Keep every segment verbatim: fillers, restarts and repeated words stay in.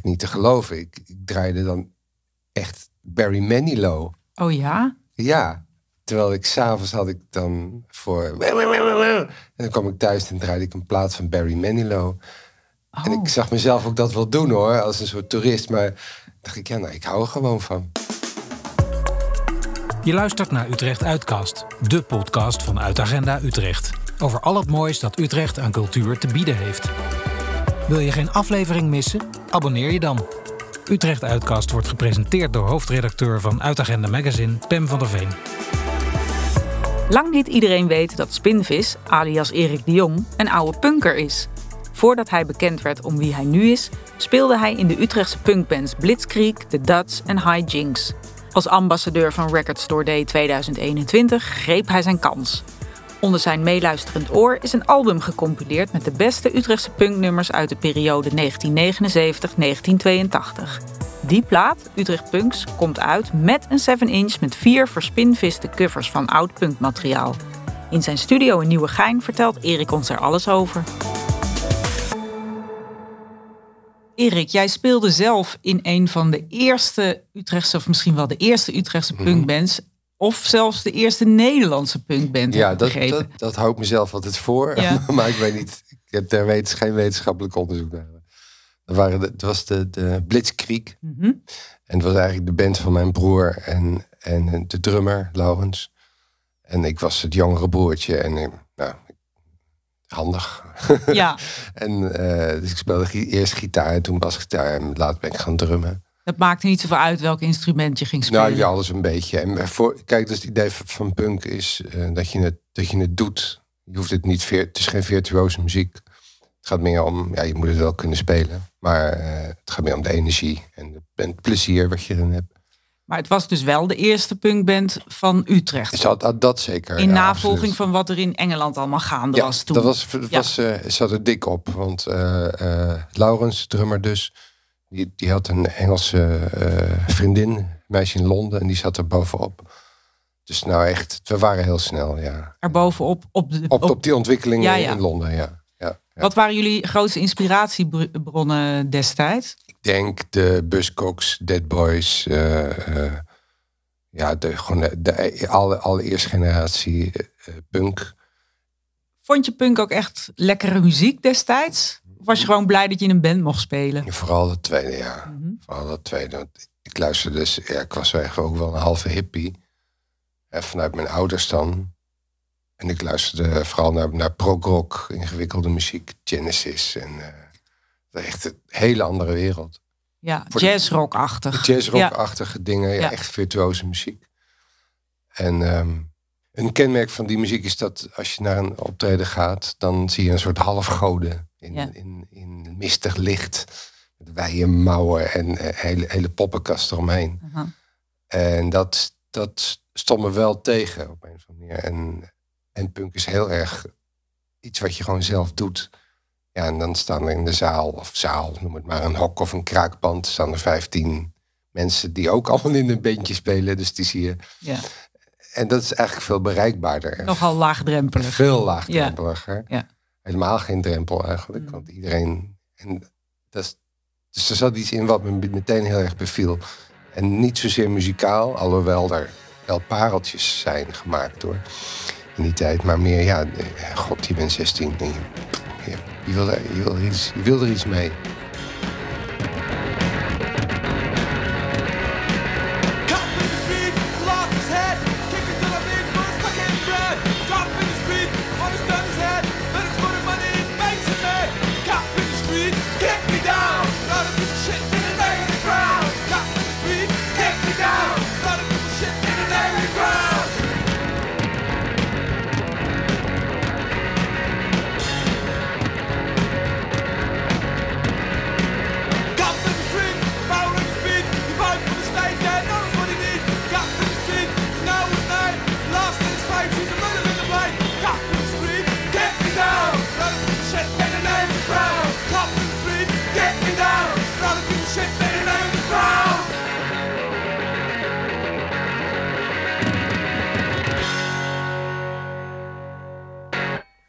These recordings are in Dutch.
echt niet te geloven. Ik, ik draaide dan echt Barry Manilow. Oh ja? Ja. Terwijl ik s'avonds had ik dan voor... En dan kwam ik thuis en draaide ik een plaat van Barry Manilow. Oh. En ik zag mezelf ook dat wel doen hoor, als een soort toerist. Maar dacht ik, ja, nou, ik hou er gewoon van. Je luistert naar Utrecht Uitcast, de podcast van Uitagenda Utrecht. Over al het moois dat Utrecht aan cultuur te bieden heeft. Wil je geen aflevering missen? Abonneer je dan. Utrecht Uitcast wordt gepresenteerd door hoofdredacteur van Uitagenda Magazine, Pam van der Veen. Lang niet iedereen weet dat Spinvis, alias Erik de Jong, een oude punker is. Voordat hij bekend werd om wie hij nu is, speelde hij in de Utrechtse punkbands Blitzkrieg, The Duds en High Jinks. Als ambassadeur van Record Store Day tweeduizend eenentwintig greep hij zijn kans. Onder zijn meeluisterend oor is een album gecompileerd met de beste Utrechtse punknummers uit de periode negentien negenenzeventig tot negentien tweeëntachtig. Die plaat, Utrecht Punks, komt uit met een zeven inch met vier verspinviste covers van oud punkmateriaal. In zijn studio in Nieuwegein vertelt Erik ons er alles over. Erik, jij speelde zelf in een van de eerste Utrechtse, of misschien wel de eerste Utrechtse punkbands, mm-hmm. of zelfs de eerste Nederlandse punkband. Ja, dat, dat, dat hou ik mezelf altijd voor. Ja. Maar ik weet niet, ik heb daar wetens, geen wetenschappelijk onderzoek naar. Dat, waren de, dat was de, de Blitzkrieg. Mm-hmm. En het was eigenlijk de band van mijn broer en, en de drummer, Laurens. En ik was het jongere broertje en nou, handig. Ja. en uh, dus ik speelde eerst gitaar en toen basgitaar en later ben ik gaan drummen. Het maakte niet zoveel uit welk instrument je ging spelen. Nou ja, alles een beetje. En voor, kijk, dus het idee van punk is uh, dat, je het, dat je het doet. Je hoeft het niet, het is geen virtuoze muziek. Het gaat meer om, ja, je moet het wel kunnen spelen. Maar uh, het gaat meer om de energie en het plezier wat je erin hebt. Maar het was dus wel de eerste punkband van Utrecht. Dat, dat zeker. In ja, navolging absoluut. van wat er in Engeland allemaal gaande ja, was toen. Dat was, dat ja. was, uh, zat er dik op. Want uh, uh, Laurens, drummer dus, die, die had een Engelse uh, vriendin, een meisje in Londen, en die zat er bovenop. Dus nou echt, we waren heel snel, ja. Er bovenop? Op, de, op, op, op die ontwikkelingen ja, ja. in Londen, ja. Ja, ja. Wat waren jullie grootste inspiratiebronnen destijds? Ik denk de Buzzcocks, Dead Boys, uh, uh, ja, de, gewoon de, de alle, allereerste generatie uh, punk. Vond je punk ook echt lekkere muziek destijds? Of was je gewoon blij dat je in een band mocht spelen? Ja, vooral dat tweede, ja. Mm-hmm. Vooral dat tweede. Want ik luisterde dus, ja, ik was echt ook wel een halve hippie. Hè, vanuit mijn ouders dan. En ik luisterde vooral naar, naar prog-rock, ingewikkelde muziek, Genesis. En uh, echt een hele andere wereld. Ja, jazzrock-achtig. Jazzrock-achtige ja. dingen, ja, ja. echt virtuoze muziek. En um, een kenmerk van die muziek is dat als je naar een optreden gaat, dan zie je een soort halfgoden in, ja. in, in mistig licht. Met wijde mouwen en uh, hele, hele poppenkast eromheen. Uh-huh. En dat, dat stond me wel tegen op een of andere manier. En, en punk is heel erg iets wat je gewoon zelf doet. Ja, en dan staan er in de zaal, of zaal, noem het maar, een hok of een kraakpand, staan er vijftien mensen die ook allemaal in een bandje spelen. Dus die zie je. Ja. En dat is eigenlijk veel bereikbaarder. Nogal laagdrempelig. Veel laagdrempeliger. Ja. Ja. Helemaal geen drempel eigenlijk. Mm. Want iedereen... En dat is, dus er zat iets in wat me meteen heel erg beviel. En niet zozeer muzikaal, alhoewel er wel pareltjes zijn gemaakt hoor. In die tijd. Maar meer, ja, god, je bent zestien. En je, je, je, wil er, je, wil er iets, je wil er iets mee.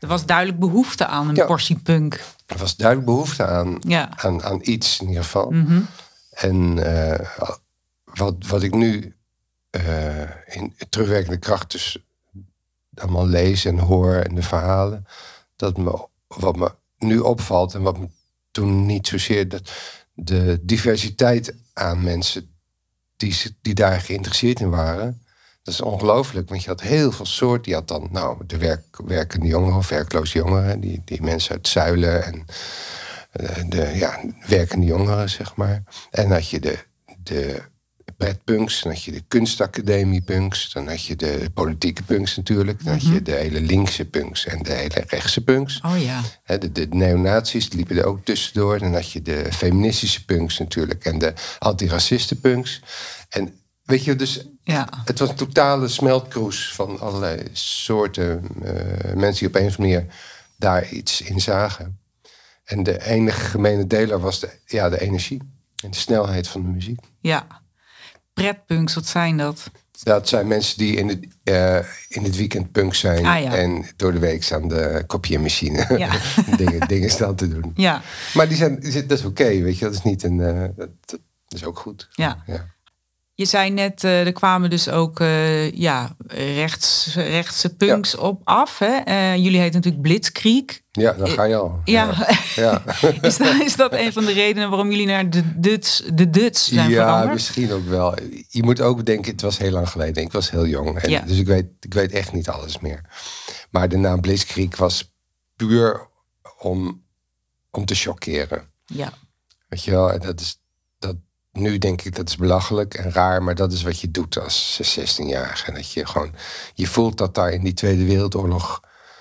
Er was duidelijk behoefte aan een ja. portie punk. Er was duidelijk behoefte aan, ja. aan, aan iets in ieder geval. Mm-hmm. En uh, wat, wat ik nu uh, in terugwerkende kracht dus allemaal lees en hoor en de verhalen, dat me, wat me nu opvalt en wat me toen niet zozeer, dat de diversiteit aan mensen die, die daar geïnteresseerd in waren, dat is ongelooflijk, want je had heel veel soorten. Je had dan nou, de werk, werkende jongeren of werkloze jongeren, die, die mensen uit Zuilen en de, de ja, werkende jongeren, zeg maar. En dan had je de, de pretpunks, dan had je de kunstacademie-punks, dan had je de politieke punks natuurlijk, dan mm-hmm. had je de hele linkse punks en de hele rechtse punks. Oh ja. De, de neonazies liepen er ook tussendoor. Dan had je de feministische punks natuurlijk en de antiracisten-punks. En weet je, dus ja. het was een totale smeltkroes van allerlei soorten uh, mensen die op een of andere manier daar iets in zagen. En de enige gemene deler was de, ja, de energie en de snelheid van de muziek. Ja. Pretpunks, wat zijn dat? Dat zijn mensen die in, de, uh, in het weekend punk zijn. Ah, ja. En door de week aan de kopieermachine ja. dingen, dingen staan te doen. Ja. Maar die zijn, dat is oké, okay, weet je. Dat is niet een... Uh, dat, dat is ook goed. Ja. ja. Je zei net, uh, er kwamen dus ook uh, ja, rechts, rechtse punks ja. op af. Hè? Uh, jullie heten natuurlijk Blitzkrieg. Ja, dan ga je al. Ja. ja. is, dat, is dat een van de redenen waarom jullie naar de Duts, de Duts zijn ja, veranderd? Ja, misschien ook wel. Je moet ook denken, het was heel lang geleden. Ik was heel jong. En, ja. Dus ik weet, ik weet echt niet alles meer. Maar de naam Blitzkrieg was puur om, om te chockeren. Ja. Weet je wel, en dat is... Dat, nu denk ik dat is belachelijk en raar, maar dat is wat je doet als zestienjarige. En dat je gewoon, je voelt dat daar in die Tweede Wereldoorlog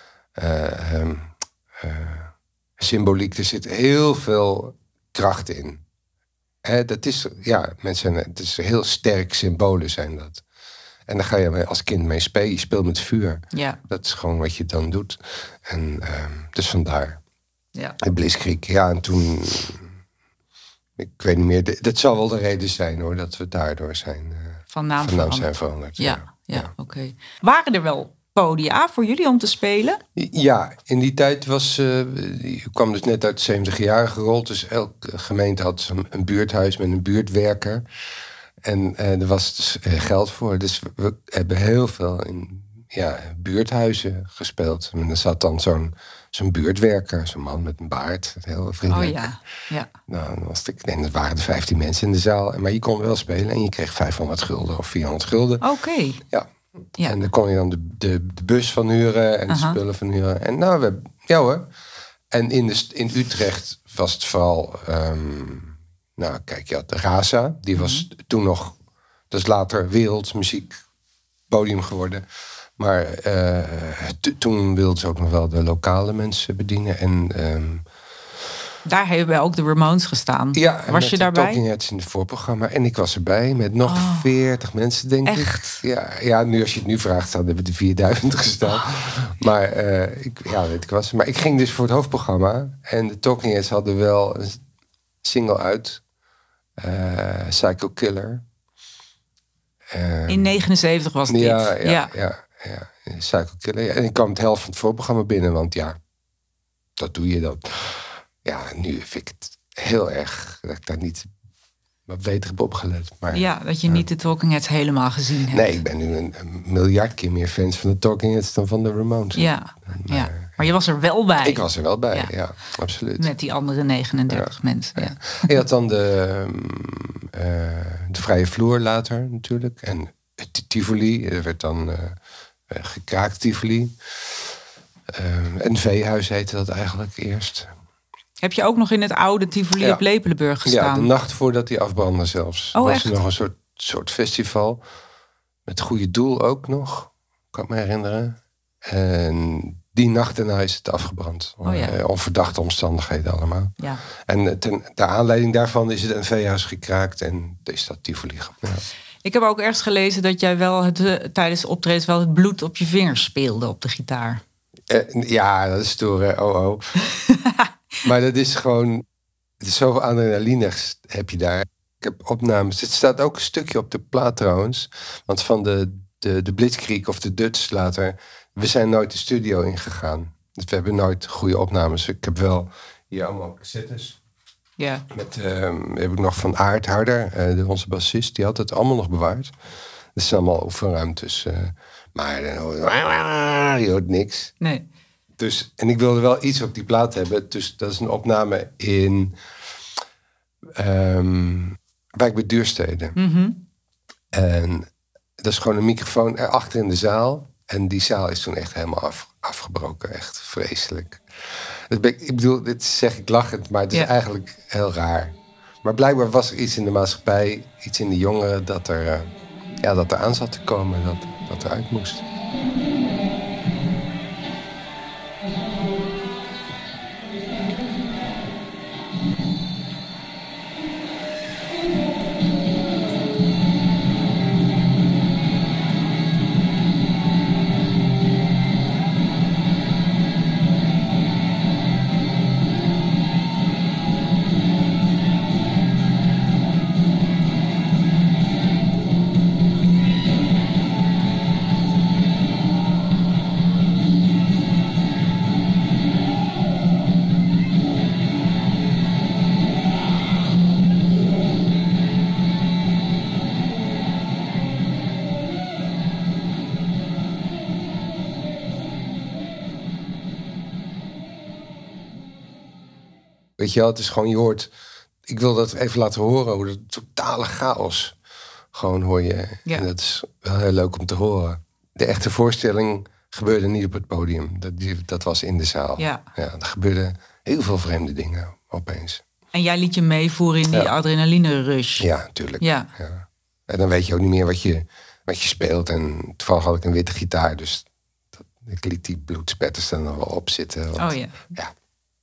uh, um, uh, symboliek, er zit heel veel kracht in. Hè, dat is, ja, mensen, het is heel sterk symbolen zijn dat. En daar ga je als kind mee spelen. Je speelt met vuur. Ja. Dat is gewoon wat je dan doet. En um, dus vandaar. Ja. De Blitzkrieg, ja, en toen... Ik weet niet meer, dat zal wel de reden zijn hoor, dat we daardoor zijn, uh, van naam, van naam zijn veranderd. Ja, ja, ja, ja. oké. Okay. Waren er wel podia voor jullie om te spelen? Ja, in die tijd was, uh, je kwam dus net uit de zeventig jaren gerold, dus elke gemeente had een, een buurthuis met een buurtwerker. En uh, er was dus uh, geld voor, dus we hebben heel veel in ja, buurthuizen gespeeld. En er zat dan zo'n Zo'n buurtwerker, zo'n man met een baard, heel vriendelijk. Oh ja, ja. Nou, dan was het, ik denk, er waren er vijftien mensen in de zaal. Maar je kon wel spelen en je kreeg vijfhonderd gulden of vierhonderd gulden. Oké. Okay. Ja. ja. En dan kon je dan de, de, de bus van huren en de uh-huh. spullen van huren. En nou, we, ja hoor. En in, de, in Utrecht was het vooral... Um, nou, kijk, je had de Raza. Die was mm-hmm. toen nog... Dat is later wereldmuziek podium geworden... Maar uh, t- toen wilden ze ook nog wel de lokale mensen bedienen. En, um, daar hebben ook de Ramones gestaan. Ja, was je daarbij? Talking Heads in het voorprogramma. En ik was erbij met nog oh, veertig mensen, denk echt? ik. Ja, ja, nu als je het nu vraagt, dan hebben we de vierduizend gestaan. Oh. Maar uh, ik, ja, weet ik was. Maar ik ging dus voor het hoofdprogramma. En de Talking Heads hadden wel een single uit. Uh, Psycho Killer. Um, in negenenzeventig was dit. Ja, ja, ja. ja. Ja, Psycho Killer. Ja, en ik kwam het helft van het voorprogramma binnen, want ja, dat doe je dan. Ja, nu vind ik het heel erg dat ik daar niet wat beter heb opgelet. Maar, ja, dat je ja. niet de Talking Heads helemaal gezien hebt. Nee, ik ben nu een, een miljard keer meer fans van de Talking Heads dan van de Ramones. Ja, maar, ja. maar je was er wel bij. Ik was er wel bij, ja, ja absoluut. Met die andere negenendertig ja. mensen. Ja. Ja. Je had dan de, uh, de vrije vloer later natuurlijk. En Tivoli, er werd dan... Uh, gekraakt Tivoli. Uh, en Veehuis heette dat eigenlijk eerst. Heb je ook nog in het oude Tivoli ja. op Lepelenburg gestaan? Ja, de nacht voordat die afbrandde zelfs. Oh, was echt? er nog een soort, soort festival. Met goede doel ook nog. Kan ik me herinneren. En die nacht daarna is het afgebrand. Oh, ja. uh, onverdachte omstandigheden allemaal. Ja. En ten, de aanleiding daarvan is het een veehuis gekraakt. En is dat Tivoli. Ja. Ik heb ook ergens gelezen dat jij wel het, uh, tijdens de optredens wel het bloed op je vingers speelde op de gitaar. Uh, ja, dat is stoer, hè? Oh, oh. Maar dat is gewoon... Het is zoveel adrenaline heb je daar. Ik heb opnames. Het staat ook een stukje op de plaat trouwens. Want van de, de, de Blitzkrieg of de Duts later... We zijn nooit de studio ingegaan. Dus we hebben nooit goede opnames. Ik heb wel hier allemaal cassettes. Ja. Met, uh, heb ik nog van Aart Harder, uh, de, onze bassist. Die had het allemaal nog bewaard. Dat zijn allemaal oefenruimtes. Uh, maar dan hoor je, je hoort niks. Nee. Dus, en ik wilde wel iets op die plaat hebben. Dus dat is een opname in um, Wijk bij Duurstede. Mm-hmm. En dat is gewoon een microfoon erachter in de zaal. En die zaal is toen echt helemaal af, afgebroken. Echt vreselijk. Dus ben ik, ik bedoel, dit zeg ik lachend, maar het is ja. eigenlijk heel raar. Maar blijkbaar was er iets in de maatschappij, iets in de jongeren, dat er, uh, ja, dat er aan zat te komen, dat, dat eruit moest. Weet je wel, het is gewoon, je hoort... Ik wil dat even laten horen, hoe de totale chaos gewoon hoor je. Ja. En dat is wel heel leuk om te horen. De echte voorstelling gebeurde niet op het podium. Dat, dat was in de zaal. Ja. Ja, er gebeurden heel veel vreemde dingen opeens. En jij liet je meevoeren in die ja. adrenaline rush. Ja, natuurlijk. Ja. Ja. En dan weet je ook niet meer wat je, wat je speelt. En toevallig had ik een witte gitaar, dus dat, ik liet die bloedspetters er nog wel op zitten. Want, oh ja. Ja.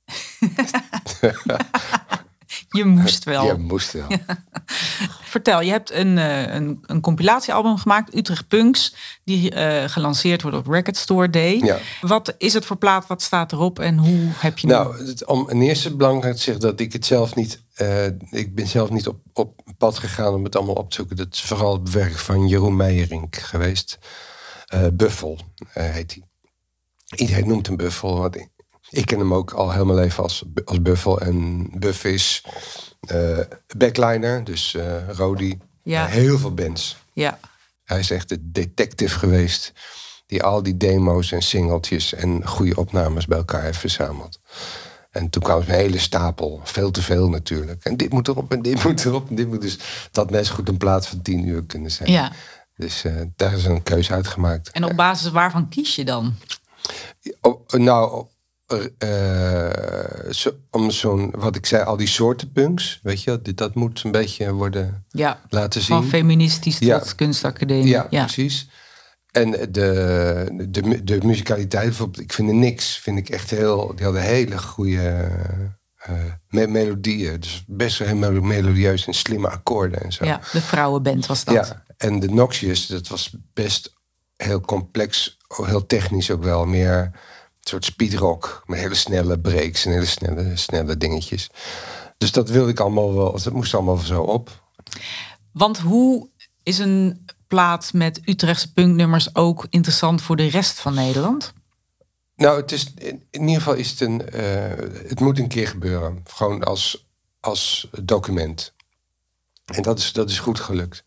Je moest wel. Je moest wel. Ja. Vertel, je hebt een, een, een compilatiealbum gemaakt, Utrecht Punks, die uh, gelanceerd wordt op Record Store Day. Ja. Wat is het voor plaat? Wat staat erop en hoe heb je... Nou, het, om een eerste belangrijk te zeggen dat ik het zelf niet... Uh, ik ben zelf niet op, op pad gegaan om het allemaal op te zoeken. Dat is vooral het werk van Jeroen Meijerink geweest. Uh, Buffel uh, heet hij. Iedereen noemt hem Buffel, want ik, ik ken hem ook al heel mijn leven als, als Buffel. En Buff is uh, backliner, dus uh, Rodi. Ja. Uh, heel veel bands. Ja. Hij is echt de detective geweest die al die demo's en singeltjes en goede opnames bij elkaar heeft verzameld. En toen kwam er een hele stapel, veel te veel natuurlijk. En dit moet erop en dit moet erop en dit moet dus... Dat net zo goed een plaat van tien uur kunnen zijn. Ja. Dus uh, daar is een keuze uitgemaakt. En op basis waarvan kies je dan? Oh, nou, uh, zo, om zo'n, wat ik zei, al die soorten punks, weet je, dat, dat moet een beetje worden ja, laten zien. Van feministisch tot ja. kunstacademie. Ja, ja, precies. En de, de, de musicaliteit, bijvoorbeeld, ik vind er niks, vind ik echt heel, die hadden hele goede uh, me- melodieën. Dus best wel heel melodieus en slimme akkoorden en zo. Ja, de vrouwenband was dat. Ja, en de Noxious, dat was best heel complex, heel technisch ook wel, meer een soort speedrock, met hele snelle breaks en hele snelle, snelle dingetjes. Dus dat wilde ik allemaal wel, dat moest allemaal zo op. Want hoe is een plaat met Utrechtse punknummers ook interessant voor de rest van Nederland? Nou, het is in, in ieder geval is het een, uh, het moet een keer gebeuren, gewoon als, als document. En dat is, dat is goed gelukt.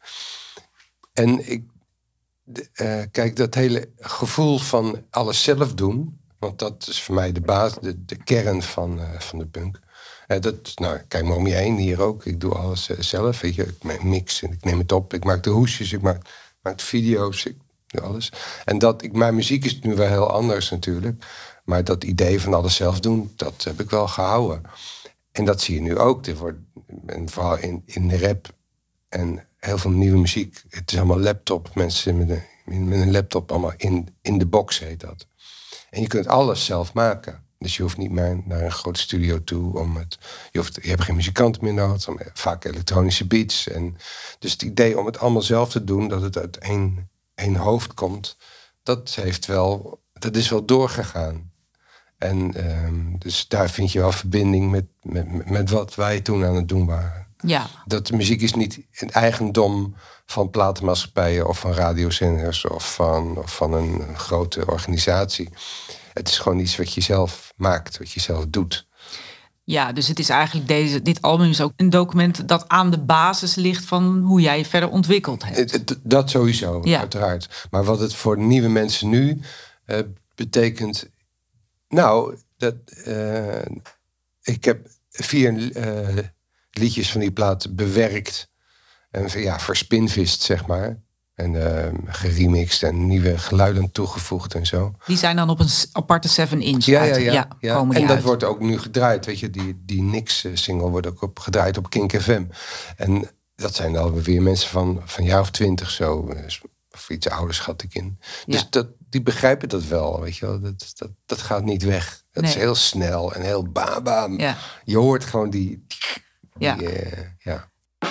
En ik, de, uh, kijk, dat hele gevoel van alles zelf doen, want dat is voor mij de basis, de, de kern van, uh, van de punk. Uh, dat, nou, kijk maar om je heen, hier ook. Ik doe alles uh, zelf. Weet je, ik mix en ik neem het op. Ik maak de hoesjes, ik maak, maak de video's, ik doe alles. En dat, ik, mijn muziek is nu wel heel anders natuurlijk. Maar dat idee van alles zelf doen, dat heb ik wel gehouden. En dat zie je nu ook. Er wordt, en vooral in, in de rap en heel veel nieuwe muziek. Het is allemaal laptop. Mensen met een, met een laptop, allemaal in, in de box heet dat. En je kunt alles zelf maken. Dus je hoeft niet meer naar een grote studio toe. Om het, je, hoeft, je hebt geen muzikanten meer nodig. Vaak elektronische beats. En dus het idee om het allemaal zelf te doen, dat het uit één, één hoofd komt, dat, heeft wel, dat is wel doorgegaan. En um, dus daar vind je wel verbinding met, met, met wat wij toen aan het doen waren. Ja. Dat de muziek is niet een eigendom van platenmaatschappijen of van radiozenders of van, of van een grote organisatie. Het is gewoon iets wat je zelf maakt, wat je zelf doet. Ja, dus het is eigenlijk deze, dit album is ook een document dat aan de basis ligt van hoe jij je verder ontwikkeld hebt. Het, dat sowieso, ja. Uiteraard. Maar wat het voor nieuwe mensen nu uh, betekent... Nou, dat, uh, ik heb vier uh, liedjes van die plaat bewerkt. En ja, verspinvist, zeg maar. En uh, geremixed en nieuwe geluiden toegevoegd en zo. Die zijn dan op een aparte seven inch ja, uit. Ja, ja, ja. ja. Komen en die dat uit. wordt ook nu gedraaid. Weet je, die, die Nix-single wordt ook op, gedraaid op Kink F M. En dat zijn dan weer mensen van, van een jaar of twintig zo. Of iets ouder schat ik in. Dus ja. dat, die begrijpen dat wel, weet je wel. Dat, dat, dat gaat niet weg. Dat nee. is heel snel en heel bam, bam. Ja. Je hoort gewoon die... die ja. Uh, ja.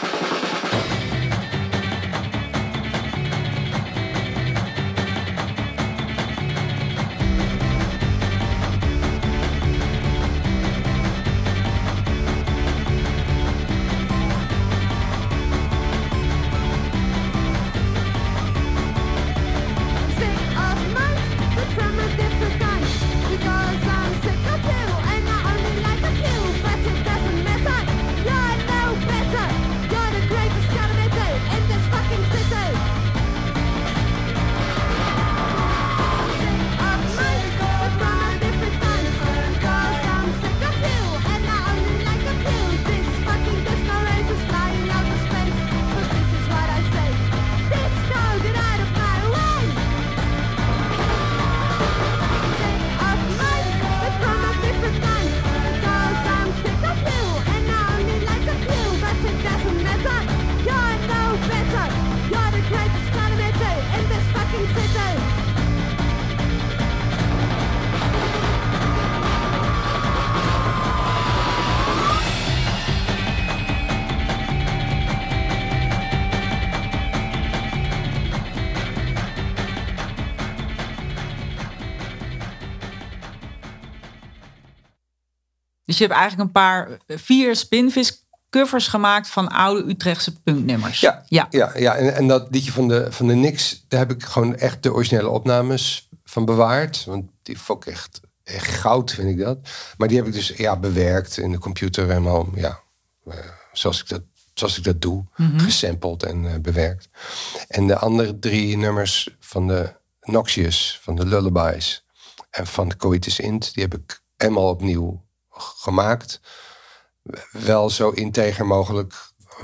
Dus je hebt eigenlijk een paar, vier Spinvis covers gemaakt van oude Utrechtse punknummers. Ja, ja. ja, ja. En, en dat liedje van de, van de Nix, daar heb ik gewoon echt de originele opnames van bewaard. Want die vond ik echt, echt goud, vind ik dat. Maar die heb ik dus ja, bewerkt in de computer helemaal, ja, uh, zoals ik dat, zoals ik dat doe. Mm-hmm. Gesampled en uh, bewerkt. En de andere drie nummers van de Noxious, van de Lullabies en van de Coitus Int, die heb ik helemaal opnieuw gemaakt. Wel zo integer mogelijk,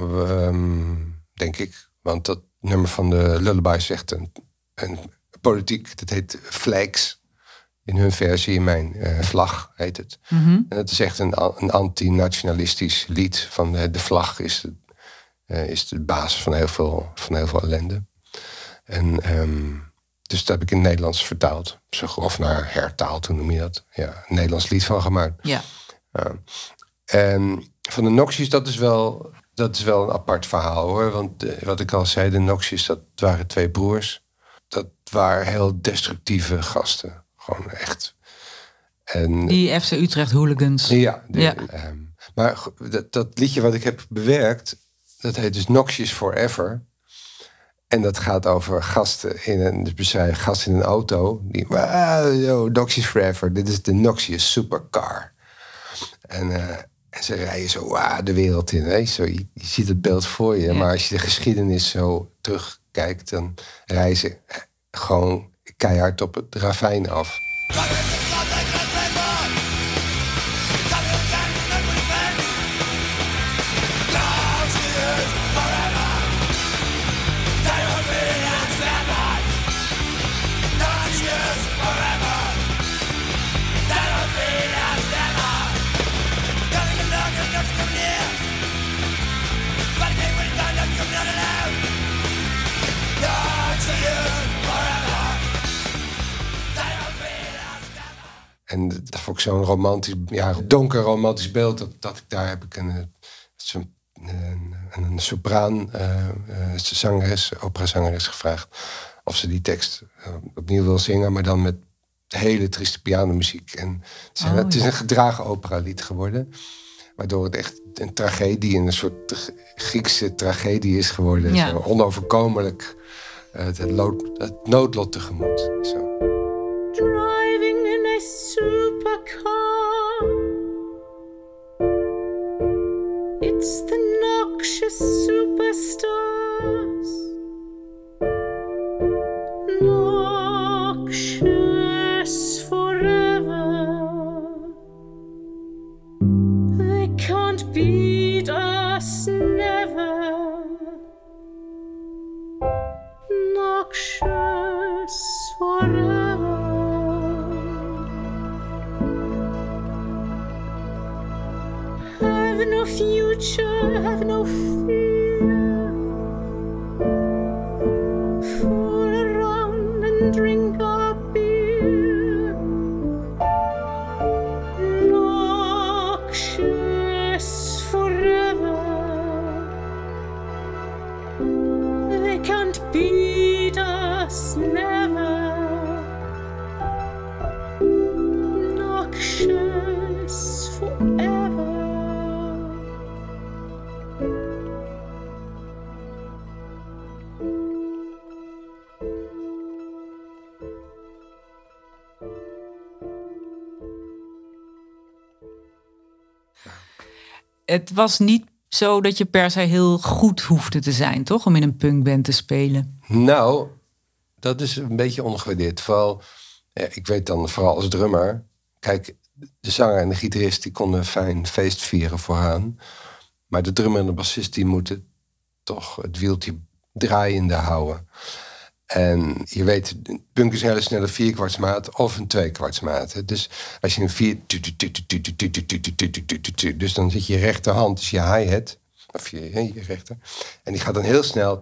um, denk ik. Want dat nummer van de Lullaby zegt een, een politiek, dat heet Flags. In hun versie, in mijn uh, vlag heet het. Mm-hmm. En dat is echt een, een anti-nationalistisch lied. Van de, de vlag is de, uh, is de basis van heel veel, van heel veel ellende. En um, dus dat heb ik in het Nederlands vertaald. Of naar hertaald, hoe noem je dat? Ja, een Nederlands lied van gemaakt. Ja. Uh, en van de Noxious, dat is wel, dat is wel een apart verhaal, hoor. Want uh, wat ik al zei, de Noxious, dat waren twee broers. Dat waren heel destructieve gasten. Gewoon echt. En, die F C Utrecht hooligans. Ja. De, ja. Um, maar dat, dat liedje wat ik heb bewerkt, dat heet dus Noxious Forever. En dat gaat over gasten in een, dus beschrijven gasten in een auto. Die, wow, yo, Noxious Forever. Dit is de Noxious Supercar. En, uh, en ze rijden zo wow, de wereld in. Hè? Zo, je, je ziet het beeld voor je. Ja. Maar als je de geschiedenis zo terugkijkt, dan rijden ze gewoon keihard op het ravijn af. En dat vond ik zo'n romantisch, ja, donker romantisch beeld. Dat, dat ik daar heb ik een, een, een, een sopraan, uh, uh, zangeres, operazangeres gevraagd of ze die tekst uh, opnieuw wil zingen, maar dan met hele trieste pianomuziek. En het is, oh, het is ja. een gedragen operalied geworden, waardoor het echt een tragedie, een soort Griekse tragedie is geworden. Ja. Zo onoverkomelijk uh, het, lood, het noodlot tegemoet. Zo. Driving in a can't beat us never. Noxious forever. Het was niet zo dat je per se heel goed hoefde te zijn, toch? Om in een punkband te spelen. Nou, dat is een beetje ongewaardeerd. Vooral, ja, ik weet dan vooral als drummer. Kijk, de zanger en de gitarist die konden fijn feest vieren vooraan. Maar de drummer en de bassist die moeten toch het wieltje draaiende houden. En je weet, punk is een hele snelle vierkwartsmaat of een tweekwartsmaat. Dus als je een vier... Dus dan zit je rechterhand, dus je hi-hat. Of je, je rechter. En die gaat dan heel snel...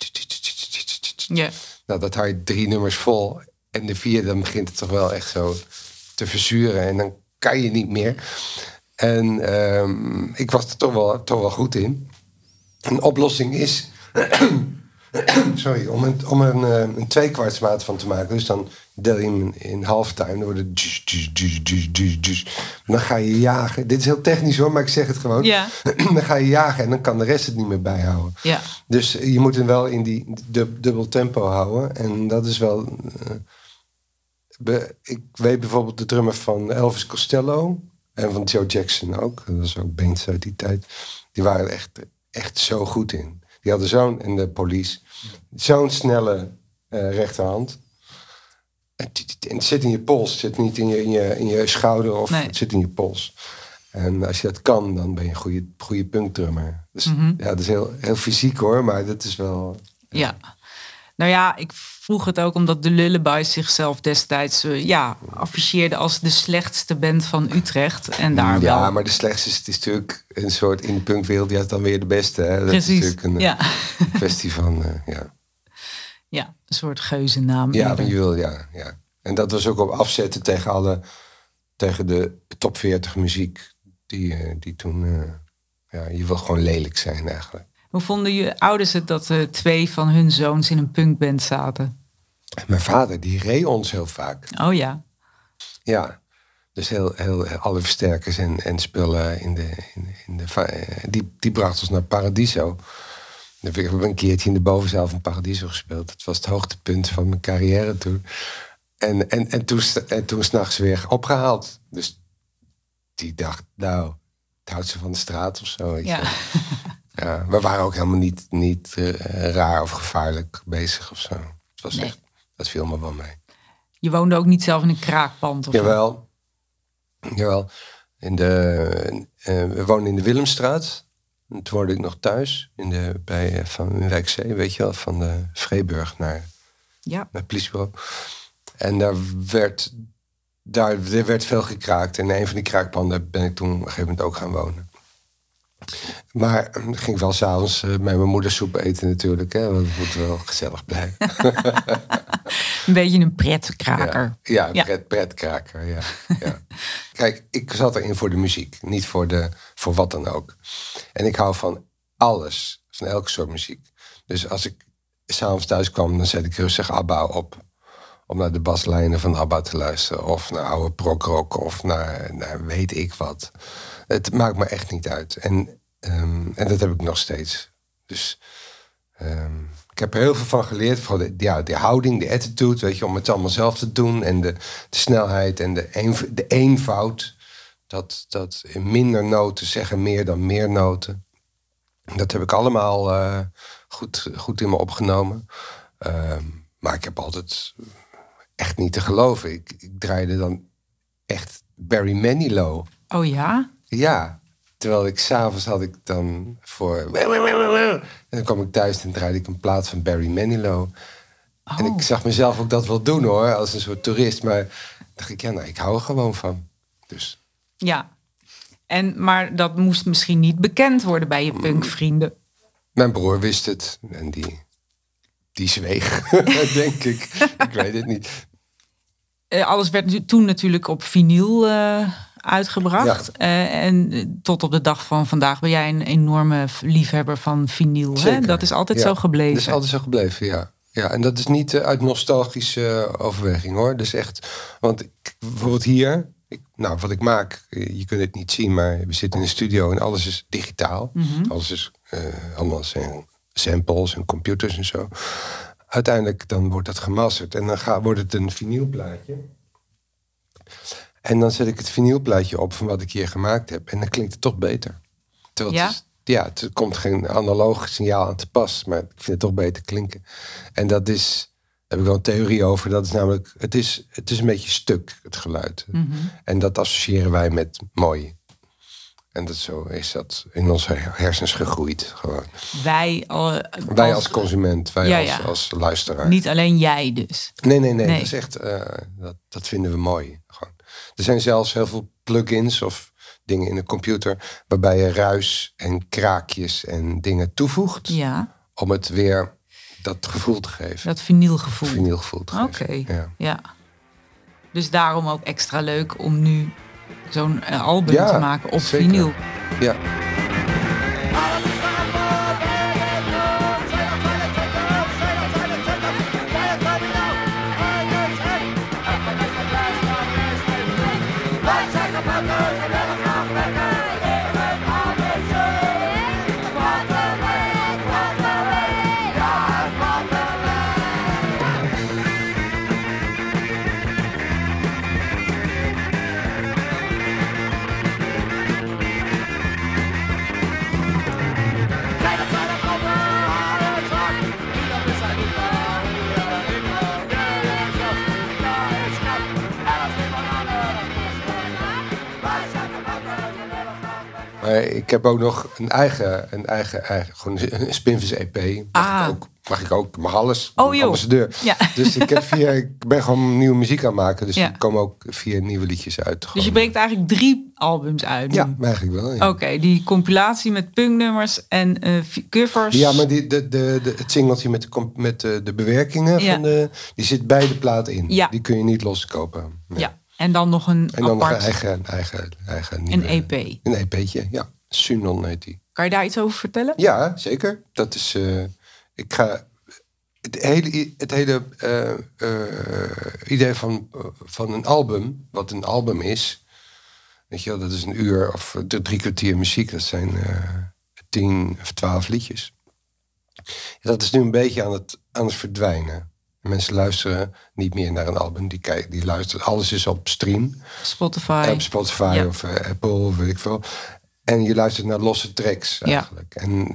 Ja. Nou, dat hou je drie nummers vol. En de vierde, dan begint het toch wel echt zo te verzuren. En dan kan je niet meer. En um, ik was er toch wel, toch wel goed in. Een oplossing is... Sorry, om een, om een, uh, een tweekwartsmaat van te maken. Dus dan deel je hem in halftime. Dan wordt het... Jus, jus, jus, jus, jus, jus. Dan ga je jagen. Dit is heel technisch hoor, maar ik zeg het gewoon. Ja. Dan ga je jagen en dan kan de rest het niet meer bijhouden. Ja. Dus je moet hem wel in die dub, dubbel tempo houden. En dat is wel... Uh, be, ik weet bijvoorbeeld de drummer van Elvis Costello. En van Joe Jackson ook. Dat was ook bands uit die tijd. Die waren echt, echt zo goed in. Die hadden zo'n, en de Police, zo'n snelle uh, rechterhand. En het zit in je pols, het zit niet in je, in je, in je schouder of nee. Het zit in je pols. En als je dat kan, dan ben je een goede, goede punkdrummer. Dus mm-hmm. ja, dat is heel, heel fysiek hoor, maar dat is wel... Ja. ja. Nou ja, ik vroeg het ook omdat de Lullabies zichzelf destijds uh, ja, afficheerde als de slechtste band van Utrecht. En daar ja, wel... maar de slechtste is, het is natuurlijk een soort in de punkwereld, ja, dan weer de beste. Hè? Dat Precies, is natuurlijk een ja. kwestie van, uh, ja. Ja, een soort geuzennaam. Ja, maar je wil, ja, ja. En dat was ook op afzetten tegen alle, tegen de top veertig muziek die, uh, die toen, uh, ja, je wil gewoon lelijk zijn eigenlijk. Hoe vonden je ouders het dat uh, twee van hun zoons in een punkband zaten? Mijn vader, die reed ons heel vaak. Oh ja. Ja, dus heel, heel, alle versterkers en, en spullen in de, in, in de, die, die bracht ons naar Paradiso. Ik heb een keertje in de bovenzaal van Paradiso gespeeld. Dat was het hoogtepunt van mijn carrière toen. En, en, en toen, en toen 's nachts weer opgehaald. Dus die dacht, nou, het houdt ze van de straat of zo. Weet je. Ja. Ja, we waren ook helemaal niet, niet uh, raar of gevaarlijk bezig of zo. Het was nee. echt, dat viel me wel mee. Je woonde ook niet zelf in een kraakpand? Of jawel. Jawel. In de, uh, we woonden in de Willemstraat. En toen woonde ik nog thuis. In de, bij, uh, van in Wijk C, weet je wel. Van de Vreeburg naar, ja. naar het politiebureau. En daar werd, daar er werd veel gekraakt. En in een van die kraakpanden ben ik toen op een gegeven moment ook gaan wonen. Maar dan ging ik wel s'avonds uh, met mijn moeder soep eten natuurlijk. Hè, want het moet wel gezellig blijven. Een beetje een pretkraker. Ja, ja, pret, pretkraker, ja, ja. Kijk, ik zat erin voor de muziek. Niet voor, de, voor wat dan ook. En ik hou van alles. Van elke soort muziek. Dus als ik s'avonds thuis kwam, dan zet ik rustig ABBA op. Om naar de baslijnen van ABBA te luisteren. Of naar oude prog-rock. Of naar, naar weet ik wat. Het maakt me echt niet uit. En, um, en dat heb ik nog steeds. Dus um, ik heb er heel veel van geleerd. Vooral de, ja, de houding, de attitude. Weet je, om het allemaal zelf te doen. En de, de snelheid en de, een, de eenvoud. Dat, dat in minder noten zeggen meer dan meer noten. Dat heb ik allemaal uh, goed, goed in me opgenomen. Um, maar ik heb altijd echt niet te geloven. Ik, ik draaide dan echt Barry Manilow. Oh ja? Ja, terwijl ik s'avonds had ik dan voor... En dan kwam ik thuis en draaide ik een plaat van Barry Manilow. Oh. En ik zag mezelf ook dat wel doen hoor, als een soort toerist. Maar dacht ik, ja, nou, ik hou er gewoon van. Dus. Ja, en, maar dat moest misschien niet bekend worden bij je punkvrienden. Mijn broer wist het en die, die zweeg, denk ik. Ik weet het niet. Alles werd toen natuurlijk op vinyl uh, uitgebracht. Ja. Uh, en tot op de dag van vandaag ben jij een enorme liefhebber van vinyl. Hè? Dat is altijd ja. zo gebleven. Dat is altijd zo gebleven, ja. Ja, en dat is niet uh, uit nostalgische uh, overweging, hoor. Dus echt, want ik, bijvoorbeeld hier, ik, nou, wat ik maak, je kunt het niet zien, maar we zitten in een studio en alles is digitaal. Mm-hmm. Alles is uh, allemaal zijn samples en computers en zo. Uiteindelijk dan wordt dat gemasterd en dan ga, wordt het een vinylplaatje. En dan zet ik het vinylplaatje op van wat ik hier gemaakt heb en dan klinkt het toch beter. Terwijl ja? het is, ja, er komt geen analoog signaal aan te pas, maar ik vind het toch beter klinken. En dat is, daar heb ik wel een theorie over, dat is namelijk, het is, het is een beetje stuk, het geluid. Mm-hmm. En dat associëren wij met mooi. En dat zo is dat in onze hersens gegroeid. Gewoon. Wij, uh, wij als, als consument, wij ja, als, ja. als luisteraar. Niet alleen jij dus. Nee, nee, nee. nee. Dat is echt, uh, dat, dat vinden we mooi. Gewoon. Er zijn zelfs heel veel plugins of dingen in de computer waarbij je ruis en kraakjes en dingen toevoegt. Ja. Om het weer dat gevoel te geven. Dat vinylgevoel. Vinylgevoel te Oké. geven. Ja. ja. Dus daarom ook extra leuk om nu zo'n uh, album ja, te maken op zeker. vinyl. Ja. Maar ik heb ook nog een eigen, een eigen, eigen gewoon een Spinvis E P. Mag, ah. ik ook, mag ik ook, mag alles. Oh joh. Ambassadeur. Ja. Dus ik, heb via, ik ben gewoon nieuwe muziek aan het maken. Dus ja. er komen ook vier nieuwe liedjes uit. Gewoon. Dus je brengt eigenlijk drie albums uit? Nu. Ja, eigenlijk wel. Ja. Oké, okay, die compilatie met punknummers en uh, covers. Ja, maar die, de, de, de, het singeltje met, de, met de, de bewerkingen, ja. van de, die zit bij de plaat in. Ja. Die kun je niet loskopen. Ja. ja. En dan nog een En dan apart... nog een eigen, eigen, eigen nieuwe, een E P. Een E P'tje, ja. Sunon heet die. Kan je daar iets over vertellen? Ja, zeker. Dat is... Uh, ik ga... Het hele, het hele uh, uh, idee van, uh, van een album, wat een album is... Weet je wel, dat is een uur of uh, drie kwartier muziek. Dat zijn uh, tien of twaalf liedjes. Dat is nu een beetje aan het, aan het verdwijnen. Mensen luisteren niet meer naar een album. Die, kijken, die luisteren... Alles is op stream. Spotify. Op Spotify ja. of uh, Apple, of weet ik veel... En je luistert naar losse tracks eigenlijk. Ja. En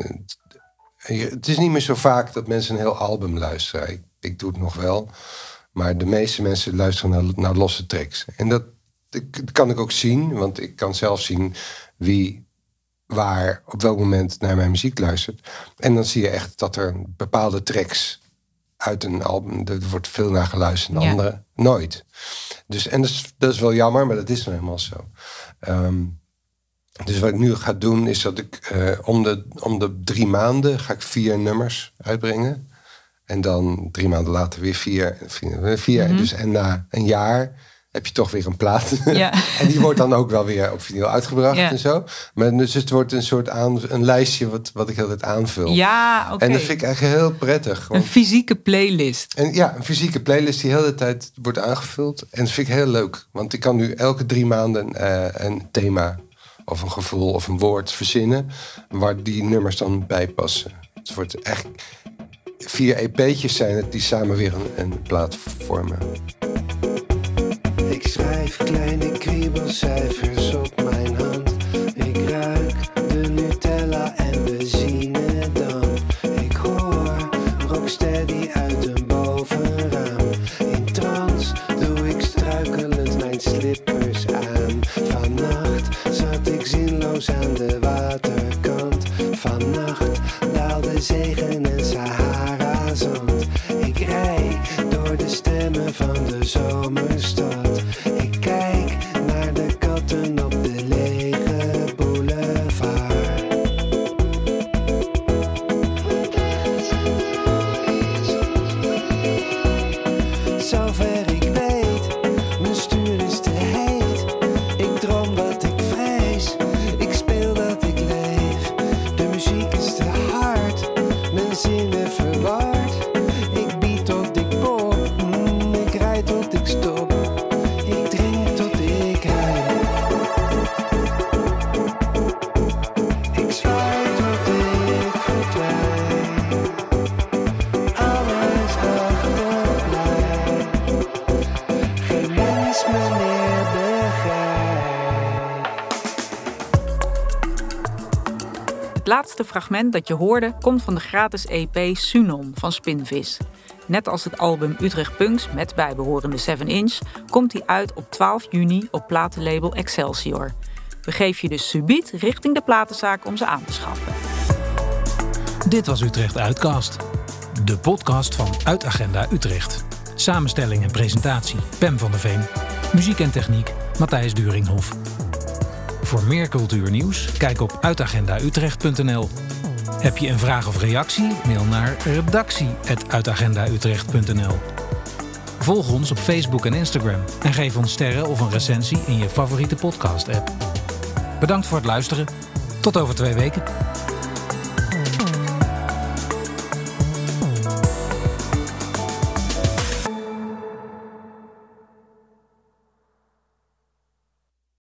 uh, het is niet meer zo vaak dat mensen een heel album luisteren. Ik, ik doe het nog wel. Maar de meeste mensen luisteren naar, naar losse tracks. En dat, dat kan ik ook zien. Want ik kan zelf zien wie, waar, op welk moment naar mijn muziek luistert. En dan zie je echt dat er bepaalde tracks uit een album... Er wordt veel naar geluisterd en ja. andere nooit. Dus, en dat is, dat is wel jammer, maar dat is nou helemaal zo. Um, Dus wat ik nu ga doen is dat ik uh, om, de, om de drie maanden ga ik vier nummers uitbrengen. En dan drie maanden later weer vier. vier, vier. Mm-hmm. Dus, en na een jaar heb je toch weer een plaat. Ja. En die wordt dan ook wel weer op vinyl uitgebracht ja. en zo. Maar dus het wordt een soort aan, een lijstje wat, wat ik altijd aanvul. Ja, oké. Okay. En dat vind ik eigenlijk heel prettig. Want... Een fysieke playlist. En ja, een fysieke playlist die de hele tijd wordt aangevuld. En dat vind ik heel leuk. Want ik kan nu elke drie maanden uh, een thema... of een gevoel of een woord verzinnen... waar die nummers dan bij passen. Het wordt echt... Vier E P'tjes zijn het die samen weer een, een plaat vormen. Ik schrijf kleine kriebelcijfers op mijn hand. Ik ruik de Nutella en we zien het dan. Ik hoor Rocksteady uit een bovenraam. In trance doe ik struikelend mijn slippers aan. Vannacht zat ik zinloos aan de waterkant. Vannacht daalde zegen en Sahara-zand. Ik rij door de stemmen van de zomerstad. Ik kijk naar de katten op de lege boulevard. Zover ik weet, mijn stuur is te heet. Ik droom dat mijn zinnen verward. Ik bied tot ik pop, mm, ik rijd tot ik stop. Ik drink tot ik huil. Ik zwaai tot ik verdwijn. Alles achterblijft. Geen mens me meer begrijpt. Het laatste fragment dat je hoorde komt van de gratis E P Sunon van Spinvis. Net als het album Utrecht Punks met bijbehorende zeven inch komt die uit op twaalf juni op platenlabel Excelsior. Begeef je dus subiet richting de platenzaak om ze aan te schaffen. Dit was Utrecht Uitcast. De podcast van Uitagenda Utrecht. Samenstelling en presentatie Pem van der Veen. Muziek en techniek Matthijs Duringhoff. Voor meer cultuurnieuws kijk op uitagenda utrecht punt n l. Heb je een vraag of reactie? Mail naar redactie apenstaartje uitagenda utrecht punt n l. Volg ons op Facebook en Instagram en geef ons sterren of een recensie in je favoriete podcast-app. Bedankt voor het luisteren. Tot over twee weken.